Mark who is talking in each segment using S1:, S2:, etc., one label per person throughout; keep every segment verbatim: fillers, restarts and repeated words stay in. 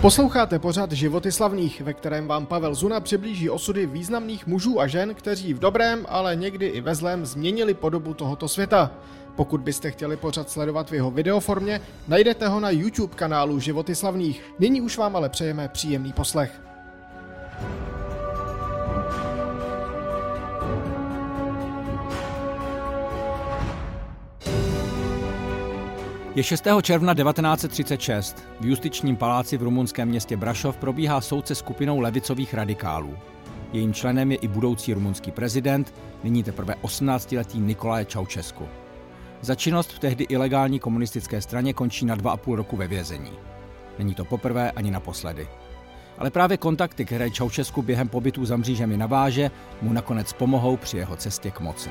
S1: Posloucháte pořad Životy slavných, ve kterém vám Pavel Zuna přiblíží osudy významných mužů a žen, kteří v dobrém, ale někdy i ve zlém změnili podobu tohoto světa. Pokud byste chtěli pořad sledovat v jeho videoformě, najdete ho na YouTube kanálu Životy slavných. Nyní už vám ale přejeme příjemný poslech.
S2: Je šestého června devatenáct set třicet šest. V justičním paláci v rumunském městě Brašov probíhá soud se skupinou levicových radikálů. Jejím členem je i budoucí rumunský prezident, nyní teprve osmnáctiletý Nicolae Ceausescu. Za činnost v tehdy ilegální komunistické straně končí na dva a půl roku ve vězení. Není to poprvé ani naposledy. Ale právě kontakty, které Ceausescu během pobytu za mřížemi naváže, mu nakonec pomohou při jeho cestě k moci.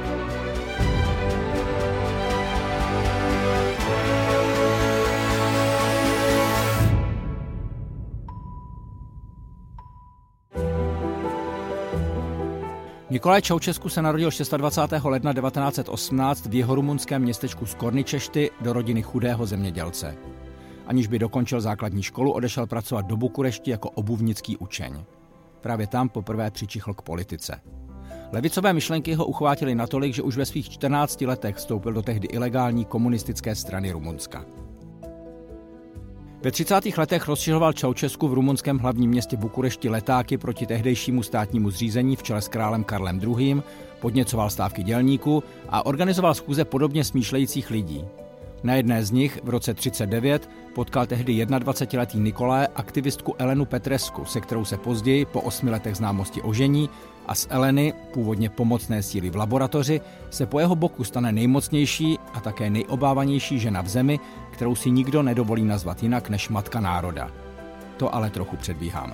S2: Nicolae Ceausescu se narodil dvacátého šestého ledna devatenáct set osmnáct v jihorumunském městečku Skorničešti do rodiny chudého zemědělce. Aniž by dokončil základní školu, odešel pracovat do Bukurešti jako obuvnický učeň. Právě tam poprvé přičichl k politice. Levicové myšlenky ho uchvátily natolik, že už ve svých čtrnácti letech vstoupil do tehdy ilegální komunistické strany Rumunska. Ve třicátých letech rozšiřoval Ceausescu v rumunském hlavním městě Bukurešti letáky proti tehdejšímu státnímu zřízení v čele s králem Karlem druhým., podněcoval stávky dělníků a organizoval schůze podobně smýšlejících lidí. Na jedné z nich v roce třicet devět potkal tehdy dvacetiletý Nicolae aktivistku Elenu Petrescu, se kterou se později po osmi letech známosti ožení, a z Eleny, původně pomocné síly v laboratoři, se po jeho boku stane nejmocnější a také nejobávanější žena v zemi, kterou si nikdo nedovolí nazvat jinak než matka národa. To ale trochu předbíháme.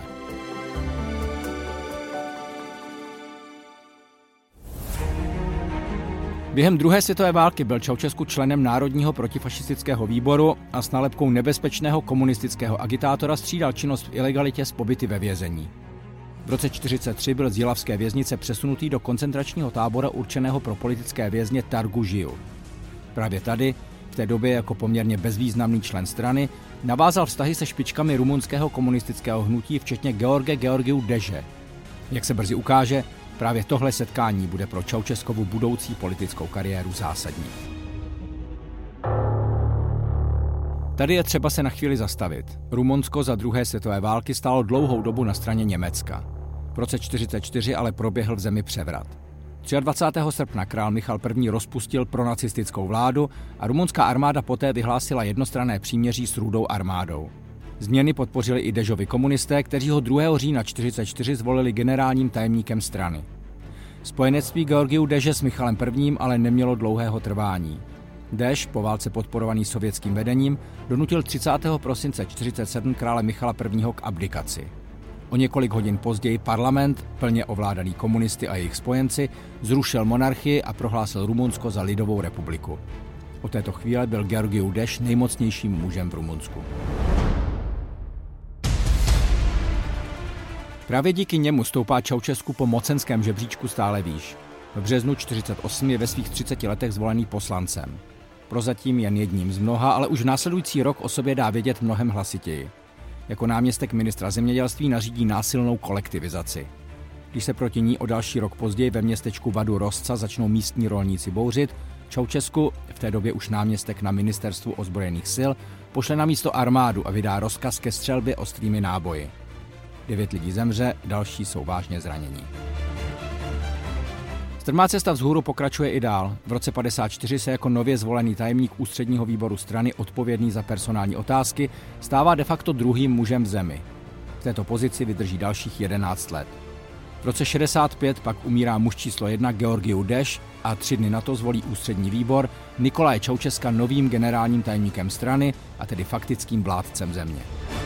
S2: Během druhé světové války byl Ceausescu členem Národního protifašistického výboru a s nálepkou nebezpečného komunistického agitátora střídal činnost v ilegalitě s pobyty ve vězení. V roce čtyřicet tři byl z jilavské věznice přesunutý do koncentračního tábora určeného pro politické vězně Targu Jiu. Právě tady, v té době jako poměrně bezvýznamný člen strany, navázal vztahy se špičkami rumunského komunistického hnutí, včetně George Georgiu Deže. Jak se brzy ukáže, právě tohle setkání bude pro Ceausescovu budoucí politickou kariéru zásadní. Tady je třeba se na chvíli zastavit. Rumunsko za druhé světové války stálo dlouhou dobu na straně Německa. V roce čtyřicet čtyři ale proběhl v zemi převrat. dvacátého třetího srpna král Michal první. Rozpustil pronacistickou vládu a rumunská armáda poté vyhlásila jednostranné příměří s Rudou armádou. Změny podpořili i Dežovi komunisté, kteří ho druhého října čtyřicet čtyři zvolili generálním tajemníkem strany. Spojenectví Georgiu Deže s Michalem prvním. ale nemělo dlouhého trvání. Dež, po válce podporovaný sovětským vedením, donutil třicátého prosince čtyřicet sedm krále Michala prvního. k abdikaci. O několik hodin později parlament, plně ovládaný komunisty a jejich spojenci, zrušil monarchii a prohlásil Rumunsko za lidovou republiku. Od této chvíle byl Georgiu Deš nejmocnějším mužem v Rumunsku. Právě díky němu stoupá Ceausescu po mocenském žebříčku stále výš. V březnu čtyřicet osm je ve svých třiceti letech zvolený poslancem. Prozatím jen jedním z mnoha, ale už v následující rok o sobě dá vědět mnohem hlasitěji. Jako náměstek ministra zemědělství nařídí násilnou kolektivizaci. Když se proti ní o další rok později ve městečku Vadu Rosca začnou místní rolníci bouřit, Ceausescu, v té době už náměstek na ministerstvu ozbrojených sil, pošle na místo armádu a vydá rozkaz ke střelbě ostrými náboji. Devět lidí zemře, další jsou vážně zranění. Strmá cesta vzhůru pokračuje i dál. V roce padesát čtyři se jako nově zvolený tajemník ústředního výboru strany odpovědný za personální otázky stává de facto druhým mužem v zemi. V této pozici vydrží dalších jedenáct let. V roce šedesát pět pak umírá muž číslo jedna Georgiu Deš a tři dny na to zvolí ústřední výbor Nicolae Ceausesca novým generálním tajemníkem strany a tedy faktickým vládcem země.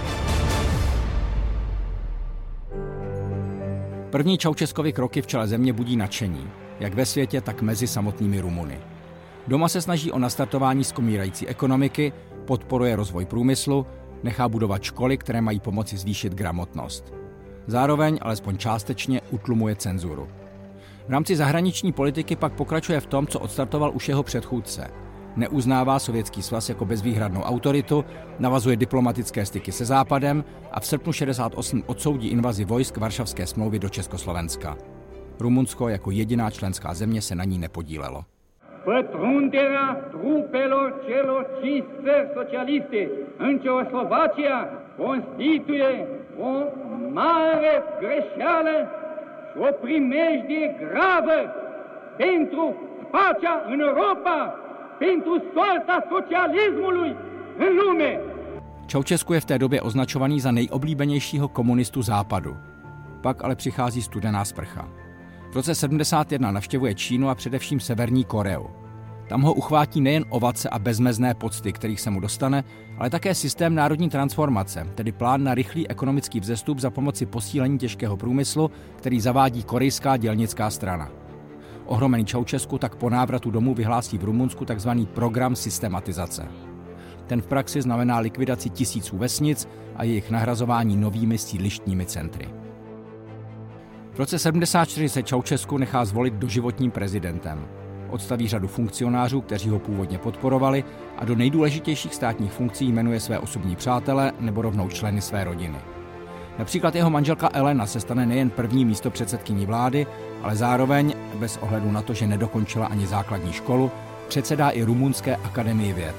S2: První Ceausescovy kroky v čele země budí nadšení, jak ve světě, tak mezi samotnými Rumuny. Doma se snaží o nastartování skomírající ekonomiky, podporuje rozvoj průmyslu, nechá budovat školy, které mají pomoci zvýšit gramotnost. Zároveň, alespoň částečně, utlumuje cenzuru. V rámci zahraniční politiky pak pokračuje v tom, co odstartoval už jeho předchůdce. Neuznává Sovětský svaz jako bezvýhradnou autoritu, navazuje diplomatické styky se Západem a v srpnu šedesát osm odsoudí invazi vojsk Varšavské smlouvy do Československa. Rumunsko jako jediná členská země se na ní nepodílelo.
S3: Pătrunderea trupelor celor cinci țări socialiste în Ceoslovacia constituie o mare greșeală și o primejdie gravă pentru pacea în Europa, pentru soarta socialismului în lume.
S2: Ceaușescu je v té době označovaný za nejoblíbenějšího komunistu Západu. Pak ale přichází studená sprcha. V roce sedmdesát jedna navštěvuje Čínu a především Severní Koreu. Tam ho uchvátí nejen ovace a bezmezné pocty, kterých se mu dostane, ale také systém národní transformace, tedy plán na rychlý ekonomický vzestup za pomoci posílení těžkého průmyslu, který zavádí korejská dělnická strana. Ohromený Ceaușescu tak po návratu domů vyhlásí v Rumunsku tzv. Program systematizace. Ten v praxi znamená likvidaci tisíců vesnic a jejich nahrazování novými sídlištními centry. V roce sedmdesát čtyři se Ceaușescu nechá zvolit doživotním prezidentem. Odstaví řadu funkcionářů, kteří ho původně podporovali, a do nejdůležitějších státních funkcí jmenuje své osobní přátele nebo rovnou členy své rodiny. Například jeho manželka Elena se stane nejen první místopředsedkyní vlády, ale zároveň, bez ohledu na to, že nedokončila ani základní školu, předsedá i Rumunské akademii věd.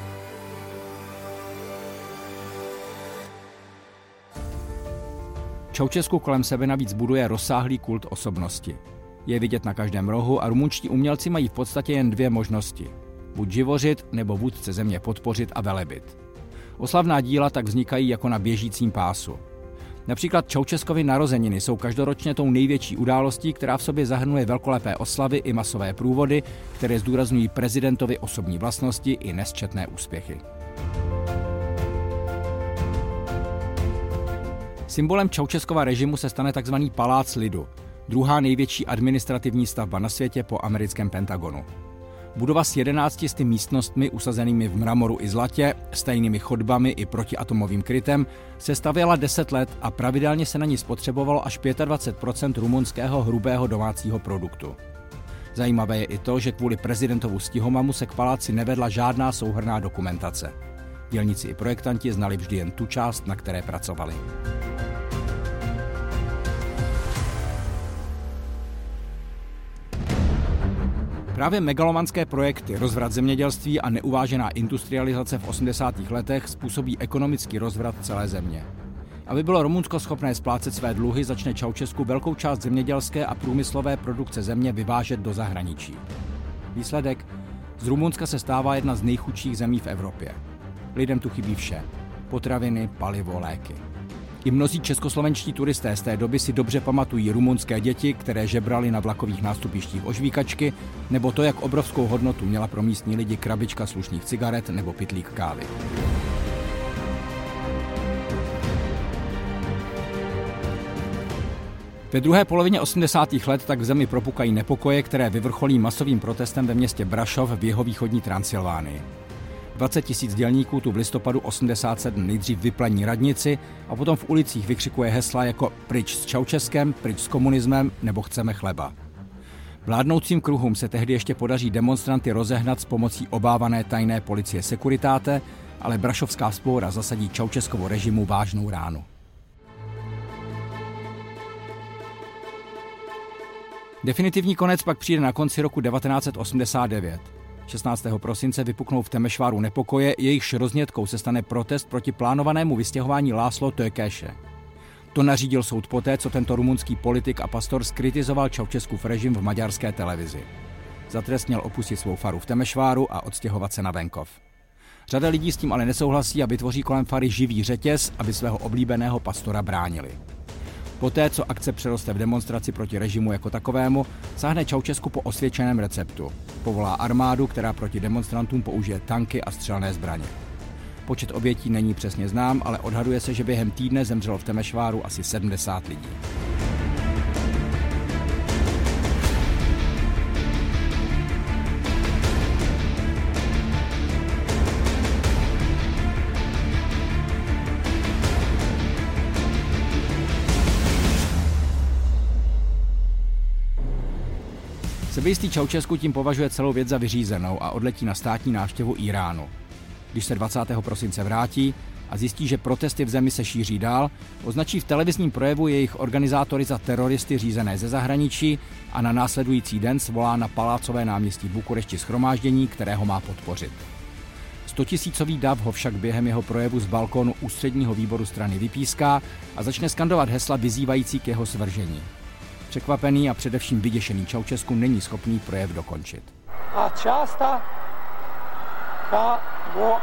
S2: Ceaușescu kolem sebe navíc buduje rozsáhlý kult osobnosti. Je vidět na každém rohu a rumunští umělci mají v podstatě jen dvě možnosti. Buď živořit, nebo vůdce země podpořit a velebit. Oslavná díla tak vznikají jako na běžícím pásu. Například Ceaușescovy narozeniny jsou každoročně tou největší událostí, která v sobě zahrnuje velkolepé oslavy i masové průvody, které zdůrazňují prezidentovi osobní vlastnosti i nesčetné úspěchy. Symbolem Ceaușescova režimu se stane tzv. Palác lidu, druhá největší administrativní stavba na světě po americkém Pentagonu. Budova s jedenácti sty místnostmi usazenými v mramoru i zlatě, stejnými chodbami i protiatomovým krytem se stavěla deset let a pravidelně se na ní spotřebovalo až dvacet pět procent rumunského hrubého domácího produktu. Zajímavé je i to, že kvůli prezidentovu stihomamu se k paláci nevedla žádná souhrnná dokumentace. Dělníci i projektanti znali vždy jen tu část, na které pracovali. Právě megalomanské projekty, rozvrat zemědělství a neuvážená industrializace v osmdesátých letech způsobí ekonomický rozvrat celé země. Aby bylo Rumunsko schopné splácet své dluhy, začne Ceaușescu velkou část zemědělské a průmyslové produkce země vyvážet do zahraničí. Výsledek? Z Rumunska se stává jedna z nejchudších zemí v Evropě. Lidem tu chybí vše. Potraviny, palivo, léky. I mnozí českoslovenští turisté z té doby si dobře pamatují rumunské děti, které žebrali na vlakových nástupištích o žvíkačky, nebo to, jak obrovskou hodnotu měla pro místní lidi krabička slušných cigaret nebo pytlík kávy. Ve druhé polovině osmdesátých let tak v zemi propukají nepokoje, které vyvrcholí masovým protestem ve městě Brašov v jihovýchodní Transylvánii. dvacet tisíc dělníků tu v listopadu osmdesát sedm nejdřív vyplení radnici a potom v ulicích vykřikuje hesla jako pryč s Ceaușeskem, pryč s komunismem nebo chceme chleba. Vládnoucím kruhům se tehdy ještě podaří demonstranty rozehnat s pomocí obávané tajné policie Securitate, ale brašovská vzpoura zasadí Ceaușescovu režimu vážnou ránu. Definitivní konec pak přijde na konci roku devatenáct set osmdesát devět. šestnáctého prosince vypuknou v Temešváru nepokoje, jejichž roznětkou se stane protest proti plánovanému vystěhování László Tőkése. To nařídil soud poté, co tento rumunský politik a pastor skritizoval Ceaușescův režim v maďarské televizi. Za trest měl opustit svou faru v Temešváru a odstěhovat se na venkov. Řada lidí s tím ale nesouhlasí a vytvoří kolem fary živý řetěz, aby svého oblíbeného pastora bránili. Poté, co akce přeroste v demonstraci proti režimu jako takovému, sáhne Ceaușescu po osvědčeném receptu. Povolá armádu, která proti demonstrantům použije tanky a střelné zbraně. Počet obětí není přesně znám, ale odhaduje se, že během týdne zemřelo v Temešváru asi sedmdesát lidí. Sebejistý Čaučesku tím považuje celou věc za vyřízenou a odletí na státní návštěvu Íránu. Když se dvacátého prosince vrátí a zjistí, že protesty v zemi se šíří dál, označí v televizním projevu jejich organizátory za teroristy řízené ze zahraničí a na následující den svolá na palácové náměstí v Bukurešti shromáždění, které ho má podpořit. Stotisícový dav ho však během jeho projevu z balkónu ústředního výboru strany vypíská a začne skandovat hesla vyzývající k jeho svržení. Překvapený a především vyděšený Čaučesku není schopný projev dokončit.
S4: Aceasta ca o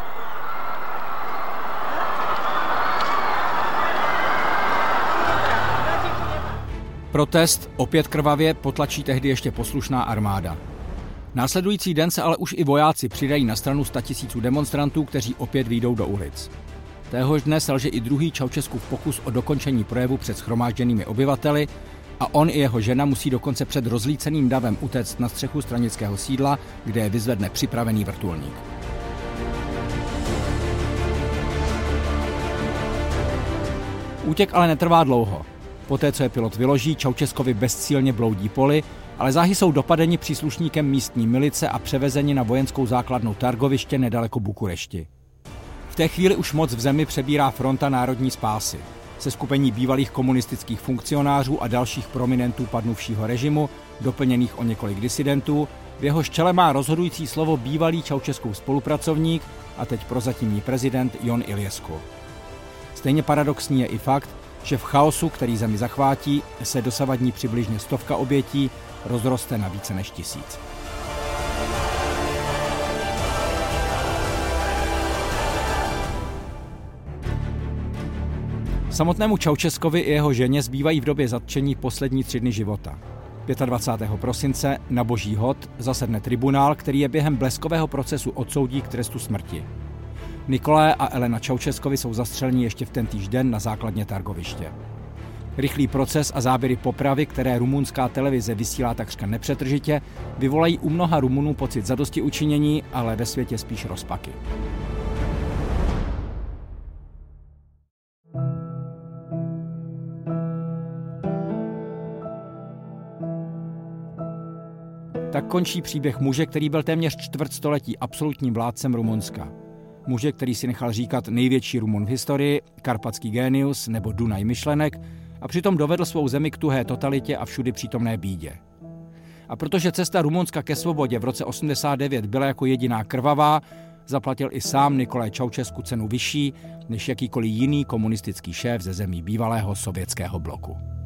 S2: Protest opět krvavě potlačí tehdy ještě poslušná armáda. Následující den se ale už i vojáci přidají na stranu statisíců demonstrantů, kteří opět vyjdou do ulic. Téhož dne selže i druhý Čaučeskův pokus o dokončení projevu před shromážděnými obyvateli a on i jeho žena musí dokonce před rozlíceným davem utéct na střechu stranického sídla, kde je vyzvedne připravený vrtulník. Útěk ale netrvá dlouho. Poté, co je pilot vyloží, Čaučeskovi bezcílně bloudí poli, ale záhy jsou dopadeni příslušníkem místní milice a převezeni na vojenskou základnu Targoviště nedaleko Bukurešti. V té chvíli už moc v zemi přebírá Fronta národní spásy. Seskupení bývalých komunistických funkcionářů a dalších prominentů padnuvšího režimu, doplněných o několik disidentů, v jehož čele má rozhodující slovo bývalý Čaučeskův spolupracovník a teď prozatímní prezident Ion Iliescu. Stejně paradoxní je i fakt, že v chaosu, který zemi zachvátí, se dosavadní přibližně stovka obětí rozroste na více než tisíc. Samotnému Čaučeskovi i jeho ženě zbývají v době zatčení poslední tři dny života. dvacátého pátého prosince na Boží hod zasedne tribunál, který je během bleskového procesu odsoudí k trestu smrti. Nikolaj a Elena Čaučeskovi jsou zastřeleni ještě v tentýž den na základně Targoviště. Rychlý proces a záběry popravy, které rumunská televize vysílá takřka nepřetržitě, vyvolají u mnoha Rumunů pocit zadostiučinění, ale ve světě spíš rozpaky. Tak končí příběh muže, který byl téměř čtvrtstoletí absolutním vládcem Rumunska. Muže, který si nechal říkat největší Rumun v historii, karpatský génius nebo Dunaj myšlenek a přitom dovedl svou zemi k tuhé totalitě a všudy přítomné bídě. A protože cesta Rumunska ke svobodě v roce osmdesát devět byla jako jediná krvavá, zaplatil i sám Nikolaj Čaučesku cenu vyšší než jakýkoliv jiný komunistický šéf ze zemí bývalého sovětského bloku.